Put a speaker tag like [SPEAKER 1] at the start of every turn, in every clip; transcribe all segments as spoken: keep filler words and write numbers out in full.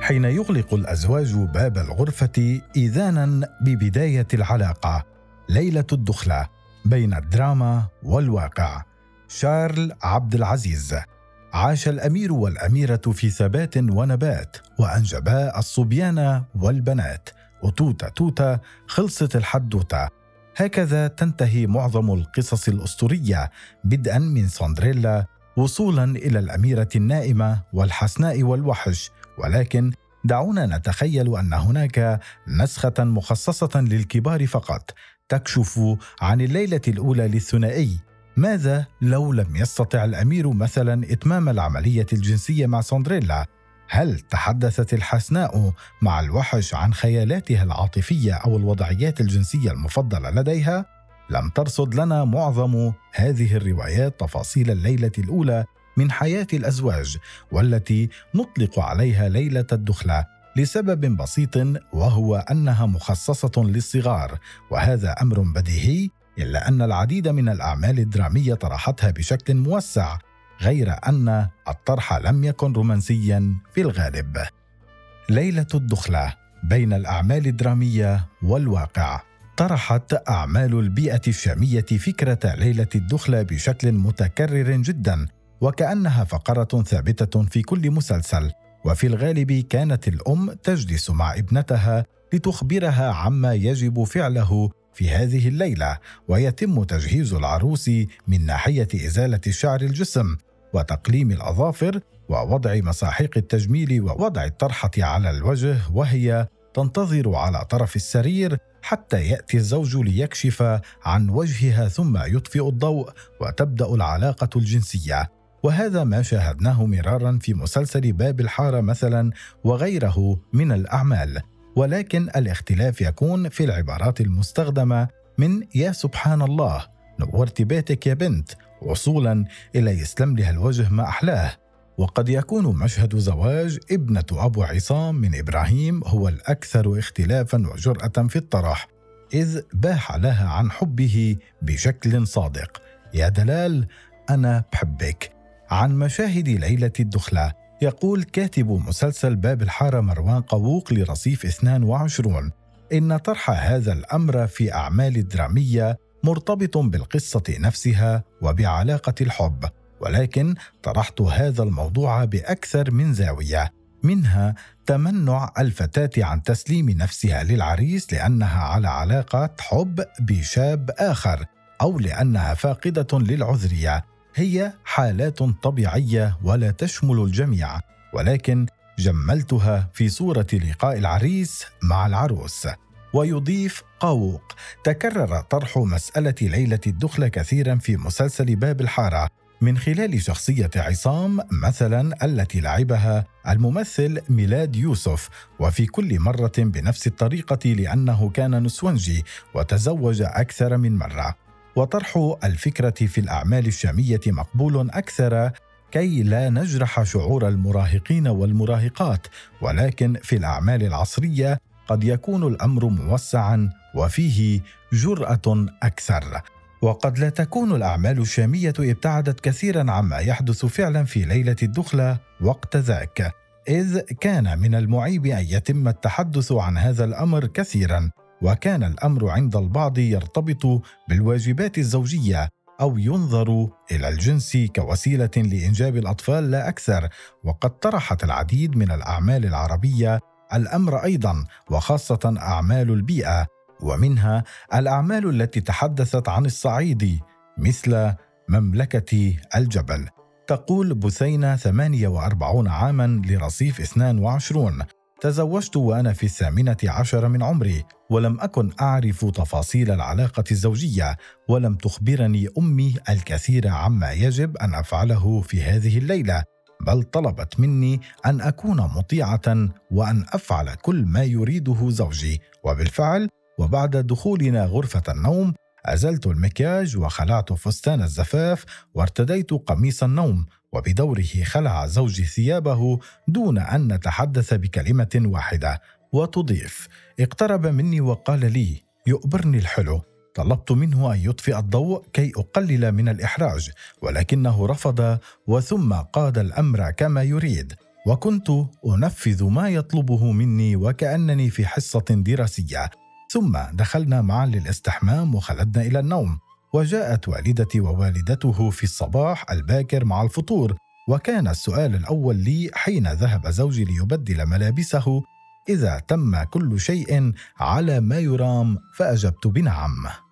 [SPEAKER 1] حين يغلق الأزواج باب الغرفة إذانا ببداية العلاقة. ليلة الدخلة بين الدراما والواقع. شارل عبد العزيز. عاش الأمير والأميرة في ثبات ونبات، وأنجبا الصبيان والبنات، وتوتة توتة خلصت الحدوتة. هكذا تنتهي معظم القصص الأسطورية، بدءا من سندريلا وصولا إلى الأميرة النائمة والحسناء والوحش. ولكن دعونا نتخيل أن هناك نسخة مخصصة للكبار فقط، تكشف عن الليلة الأولى للثنائي. ماذا لو لم يستطع الأمير مثلا إتمام العملية الجنسية مع سندريلا؟ هل تحدثت الحسناء مع الوحش عن خيالاتها العاطفية أو الوضعيات الجنسية المفضلة لديها؟ لم ترصد لنا معظم هذه الروايات تفاصيل الليلة الأولى من حياة الأزواج، والتي نطلق عليها ليلة الدخلة لسبب بسيط، وهو أنها مخصصة للصغار، وهذا أمر بديهي، إلا أن العديد من الأعمال الدرامية طرحتها بشكل موسع، غير أن الطرح لم يكن رومانسيا في الغالب. ليلة الدخلة بين الأعمال الدرامية والواقع. طرحت أعمال البيئة الشامية فكرة ليلة الدخلة بشكل متكرر جدا، وكأنها فقرة ثابتة في كل مسلسل. وفي الغالب كانت الأم تجلس مع ابنتها لتخبرها عما يجب فعله في هذه الليلة، ويتم تجهيز العروس من ناحية إزالة شعر الجسم وتقليم الأظافر ووضع مساحيق التجميل ووضع الطرحة على الوجه، وهي تنتظر على طرف السرير حتى يأتي الزوج ليكشف عن وجهها ثم يطفئ الضوء وتبدأ العلاقة الجنسية. وهذا ما شاهدناه مرارا في مسلسل باب الحارة مثلا وغيره من الأعمال، ولكن الاختلاف يكون في العبارات المستخدمة، من يا سبحان الله نورت بيتك يا بنت، وصولا إلى يسلم لها الوجه ما أحلاه. وقد يكون مشهد زواج ابنة أبو عصام من إبراهيم هو الأكثر اختلافا وجرأة في الطرح، إذ باح لها عن حبه بشكل صادق. يا دلال أنا بحبك. عن مشاهد ليلة الدخلة يقول كاتب مسلسل باب الحارة مروان قووق لرصيف اثنين وعشرين إن طرح هذا الأمر في أعمال درامية مرتبط بالقصة نفسها وبعلاقة الحب، ولكن طرحت هذا الموضوع بأكثر من زاوية، منها تمنع الفتاة عن تسليم نفسها للعريس لأنها على علاقة حب بشاب آخر، أو لأنها فاقدة للعذرية. هي حالات طبيعية ولا تشمل الجميع، ولكن جملتها في صورة لقاء العريس مع العروس. ويضيف قوق تكرر طرح مسألة ليلة الدخلة كثيرا في مسلسل باب الحارة من خلال شخصية عصام مثلا التي لعبها الممثل ميلاد يوسف، وفي كل مرة بنفس الطريقة لأنه كان نسونجي وتزوج أكثر من مرة. وطرح الفكرة في الأعمال الشامية مقبول أكثر كي لا نجرح شعور المراهقين والمراهقات، ولكن في الأعمال العصرية قد يكون الأمر موسعا وفيه جرأة أكثر. وقد لا تكون الأعمال الشامية ابتعدت كثيرا عما يحدث فعلا في ليلة الدخلة وقت ذاك، إذ كان من المعيب أن يتم التحدث عن هذا الأمر كثيرا، وكان الأمر عند البعض يرتبط بالواجبات الزوجية أو ينظر إلى الجنس كوسيلة لإنجاب الأطفال لا أكثر. وقد طرحت العديد من الأعمال العربية الأمر أيضا، وخاصة أعمال البيئة، ومنها الأعمال التي تحدثت عن الصعيد مثل مملكة الجبل. تقول بثينة ثمانية وأربعين عاما لرصيف اثنين وعشرين: تزوجت وأنا في الثامنة عشر من عمري، ولم أكن أعرف تفاصيل العلاقة الزوجية، ولم تخبرني أمي الكثير عما يجب أن أفعله في هذه الليلة، بل طلبت مني أن أكون مطيعة وأن أفعل كل ما يريده زوجي. وبالفعل، وبعد دخولنا غرفة النوم أزلت المكياج وخلعت فستان الزفاف وارتديت قميص النوم، وبدوره خلع زوجي ثيابه دون أن نتحدث بكلمة واحدة. وتضيف: اقترب مني وقال لي: يؤبرني الحلو. طلبت منه أن يطفئ الضوء كي أقلل من الإحراج، ولكنه رفض، وثم قاد الأمر كما يريد. وكنت أنفذ ما يطلبه مني وكأنني في حصة دراسية. ثم دخلنا معا للاستحمام وخلدنا إلى النوم، وجاءت والدتي ووالدته في الصباح الباكر مع الفطور، وكان السؤال الأول لي حين ذهب زوجي ليبدل ملابسه: إذا تم كل شيء على ما يرام؟ فأجبت بنعم.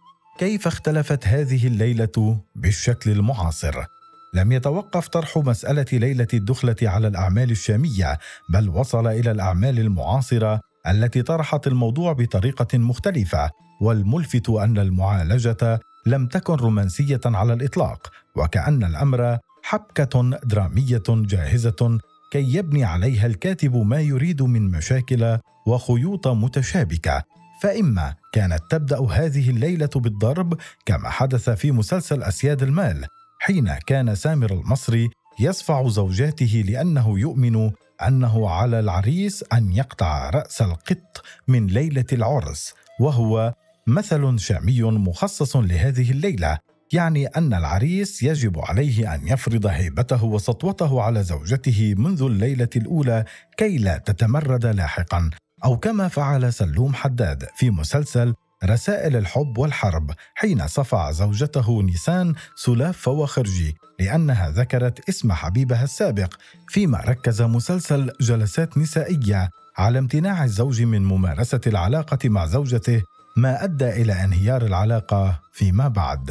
[SPEAKER 1] كيف اختلفت هذه الليلة بالشكل المعاصر؟ لم يتوقف طرح مسألة ليلة الدخلة على الأعمال الشامية، بل وصل إلى الأعمال المعاصرة التي طرحت الموضوع بطريقة مختلفة. والملفت أن المعالجة لم تكن رومانسية على الإطلاق، وكأن الأمر حبكة درامية جاهزة كي يبني عليها الكاتب ما يريد من مشاكل وخيوط متشابكة. فإما كانت تبدأ هذه الليلة بالضرب كما حدث في مسلسل أسياد المال، حين كان سامر المصري يصفع زوجاته لأنه يؤمن أنه على العريس أن يقطع رأس القط من ليلة العرس، وهو مثل شامي مخصص لهذه الليلة، يعني أن العريس يجب عليه أن يفرض هيبته وسطوته على زوجته منذ الليلة الأولى كي لا تتمرد لاحقا، أو كما فعل سلوم حداد في مسلسل رسائل الحب والحرب حين صفع زوجته نيسان سلاف فواخرجي لأنها ذكرت اسم حبيبها السابق، فيما ركز مسلسل جلسات نسائية على امتناع الزوج من ممارسة العلاقة مع زوجته، ما أدى إلى انهيار العلاقة فيما بعد.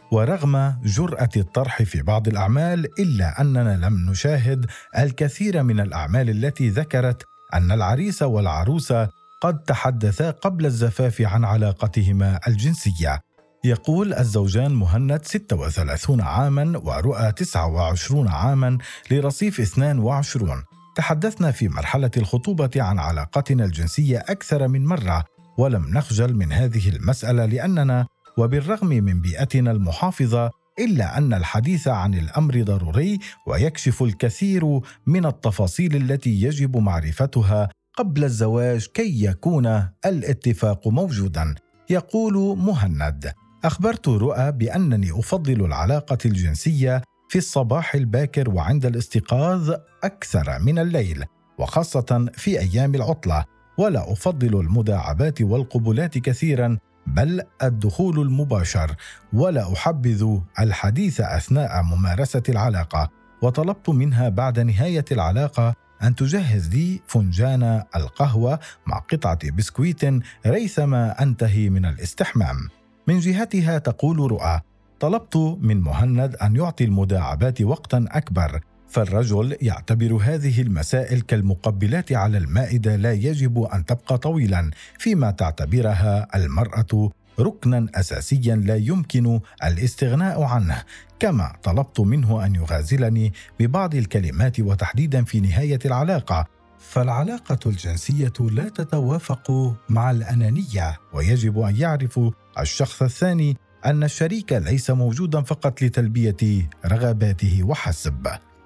[SPEAKER 1] ورغم جرأة الطرح في بعض الأعمال، إلا أننا لم نشاهد الكثير من الأعمال التي ذكرت أن العريس والعروسة قد تحدثا قبل الزفاف عن علاقتهما الجنسية. يقول الزوجان مهند ستة وثلاثين عاما ورؤى تسعة وعشرين عاما لرصيف اثنين وعشرين: تحدثنا في مرحلة الخطوبة عن علاقتنا الجنسية أكثر من مرة، ولم نخجل من هذه المسألة لأننا وبالرغم من بيئتنا المحافظة إلا أن الحديث عن الأمر ضروري ويكشف الكثير من التفاصيل التي يجب معرفتها قبل الزواج كي يكون الاتفاق موجودا. يقول مهند: أخبرت رؤى بأنني أفضل العلاقة الجنسية في الصباح الباكر وعند الاستيقاظ أكثر من الليل، وخاصة في أيام العطلة، ولا أفضل المداعبات والقبلات كثيرا، بل الدخول المباشر، ولا أحبذ الحديث أثناء ممارسة العلاقة. وطلبت منها بعد نهاية العلاقة أن تجهز لي فنجان القهوة مع قطعة بسكويت ريثما أنتهي من الاستحمام. من جهتها تقول رؤى: طلبت من مهند أن يعطي المداعبات وقتا أكبر، فالرجل يعتبر هذه المسائل كالمقبلات على المائدة، لا يجب أن تبقى طويلا، فيما تعتبرها المرأة ركنا أساسيا لا يمكن الاستغناء عنه. كما طلبت منه أن يغازلني ببعض الكلمات وتحديدا في نهاية العلاقة، فالعلاقة الجنسية لا تتوافق مع الأنانية، ويجب أن يعرف الشخص الثاني أن الشريك ليس موجودا فقط لتلبية رغباته وحسب.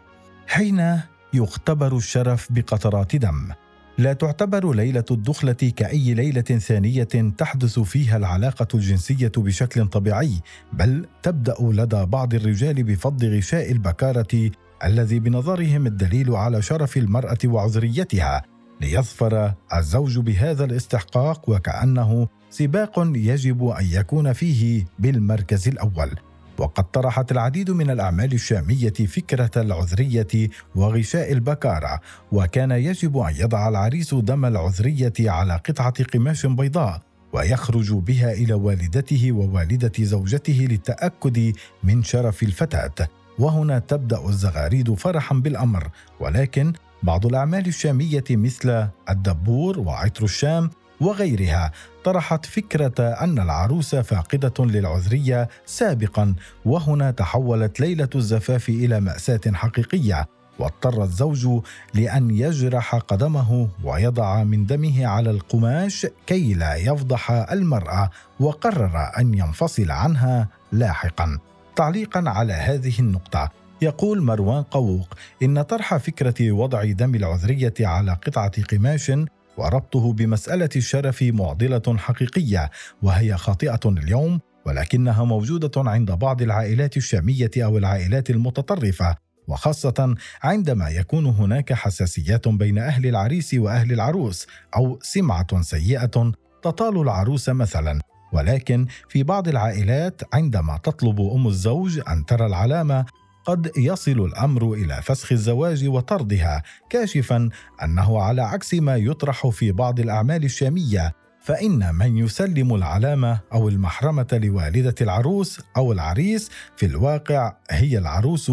[SPEAKER 1] حين يختبر الشرف بقطرات دم، لا تعتبر ليلة الدخلة كأي ليلة ثانية تحدث فيها العلاقة الجنسية بشكل طبيعي، بل تبدأ لدى بعض الرجال بفض غشاء البكارة الذي بنظرهم الدليل على شرف المرأة وعذريتها، ليظفر الزوج بهذا الاستحقاق، وكأنه سباق يجب أن يكون فيه بالمركز الأول. وقد طرحت العديد من الأعمال الشامية فكرة العذرية وغشاء البكارة، وكان يجب أن يضع العريس دم العذرية على قطعة قماش بيضاء ويخرج بها إلى والدته ووالدة زوجته للتأكد من شرف الفتاة. وهنا تبدأ الزغاريد فرحا بالأمر. ولكن بعض الأعمال الشامية مثل الدبور وعطر الشام وغيرها طرحت فكرة أن العروس فاقدة للعذرية سابقا، وهنا تحولت ليلة الزفاف إلى مأساة حقيقية، واضطر الزوج لأن يجرح قدمه ويضع من دمه على القماش كي لا يفضح المرأة، وقرر أن ينفصل عنها لاحقا. تعليقا على هذه النقطة، يقول مروان قووق إن طرح فكرة وضع دم العذرية على قطعة قماش وربطه بمسألة الشرف معضلة حقيقية، وهي خاطئة اليوم، ولكنها موجودة عند بعض العائلات الشامية أو العائلات المتطرفة، وخاصة عندما يكون هناك حساسيات بين أهل العريس وأهل العروس أو سمعة سيئة تطال العروس مثلا. ولكن في بعض العائلات عندما تطلب أم الزوج أن ترى العلامة قد يصل الأمر إلى فسخ الزواج وطردها، كاشفا أنه على عكس ما يطرح في بعض الأعمال الشامية، فإن من يسلم العلامة أو المحرمة لوالدة العروس أو العريس في الواقع هي العروس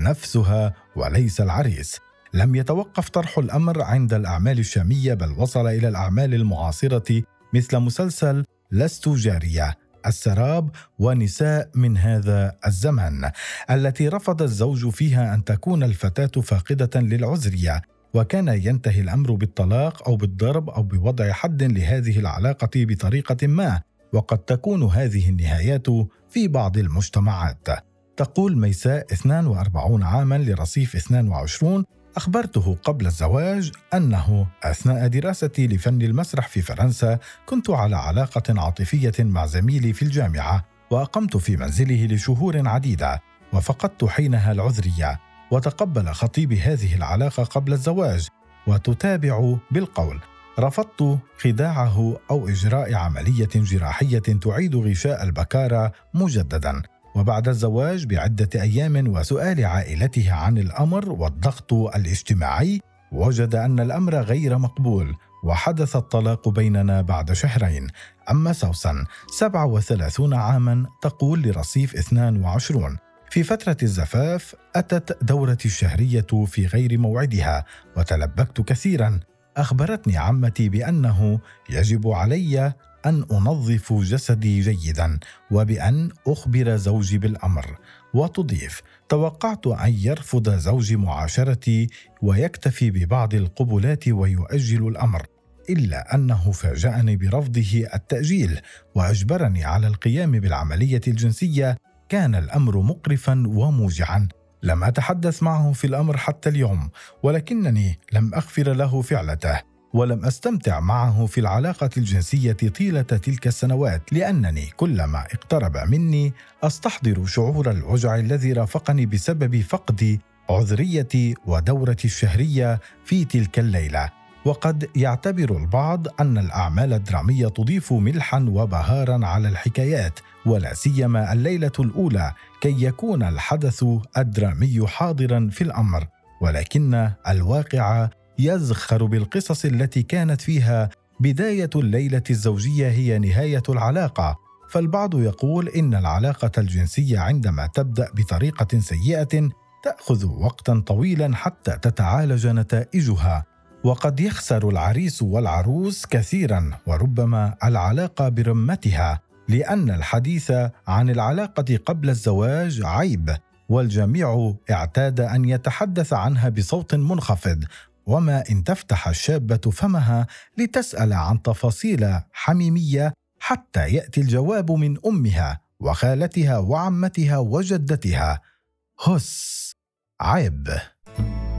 [SPEAKER 1] نفسها وليس العريس. لم يتوقف طرح الأمر عند الأعمال الشامية، بل وصل إلى الأعمال المعاصرة مثل مسلسل لست جارية، السراب ونساء من هذا الزمن، التي رفض الزوج فيها أن تكون الفتاة فاقدة للعذرية، وكان ينتهي الأمر بالطلاق أو بالضرب أو بوضع حد لهذه العلاقة بطريقة ما، وقد تكون هذه النهايات في بعض المجتمعات. تقول ميساء اثنان وأربعين عاما لرصيف اثنين وعشرين: أخبرته قبل الزواج أنه أثناء دراستي لفن المسرح في فرنسا كنت على علاقة عاطفية مع زميلي في الجامعة، وأقمت في منزله لشهور عديدة، وفقدت حينها العذرية، وتقبل خطيبي هذه العلاقة قبل الزواج. وتتابع بالقول: رفضت خداعه أو إجراء عملية جراحية تعيد غشاء البكارة مجددا. وبعد الزواج بعدة أيام وسؤال عائلته عن الأمر والضغط الاجتماعي، وجد أن الأمر غير مقبول، وحدث الطلاق بيننا بعد شهرين. أما سوسن سبعة وثلاثين عاما تقول لرصيف اثنين وعشرين: في فترة الزفاف أتت دورتي الشهرية في غير موعدها وتلبكت كثيرا. أخبرتني عمتي بأنه يجب علي أن أنظف جسدي جيدا وبأن أخبر زوجي بالأمر. وتضيف: توقعت أن يرفض زوجي معاشرتي ويكتفي ببعض القبلات ويؤجل الأمر، إلا أنه فاجأني برفضه التأجيل وأجبرني على القيام بالعملية الجنسية. كان الأمر مقرفا وموجعا. لم أتحدث معه في الأمر حتى اليوم، ولكنني لم أغفر له فعلته، ولم أستمتع معه في العلاقة الجنسية طيلة تلك السنوات، لأنني كلما اقترب مني أستحضر شعور الوجع الذي رافقني بسبب فقد عذريتي ودورتي الشهرية في تلك الليلة. وقد يعتبر البعض أن الأعمال الدرامية تضيف ملحا وبهارا على الحكايات، ولا سيما الليلة الأولى، كي يكون الحدث الدرامي حاضرا في الأمر، ولكن الواقع يزخر بالقصص التي كانت فيها بداية الليلة الزوجية هي نهاية العلاقة. فالبعض يقول إن العلاقة الجنسية عندما تبدأ بطريقة سيئة تأخذ وقتا طويلا حتى تتعالج نتائجها، وقد يخسر العريس والعروس كثيرا، وربما العلاقة برمتها، لأن الحديث عن العلاقة قبل الزواج عيب، والجميع اعتاد أن يتحدث عنها بصوت منخفض. وما إن تفتح الشابة فمها لتسأل عن تفاصيل حميمية حتى يأتي الجواب من أمها وخالتها وعمتها وجدتها: هس، عيب.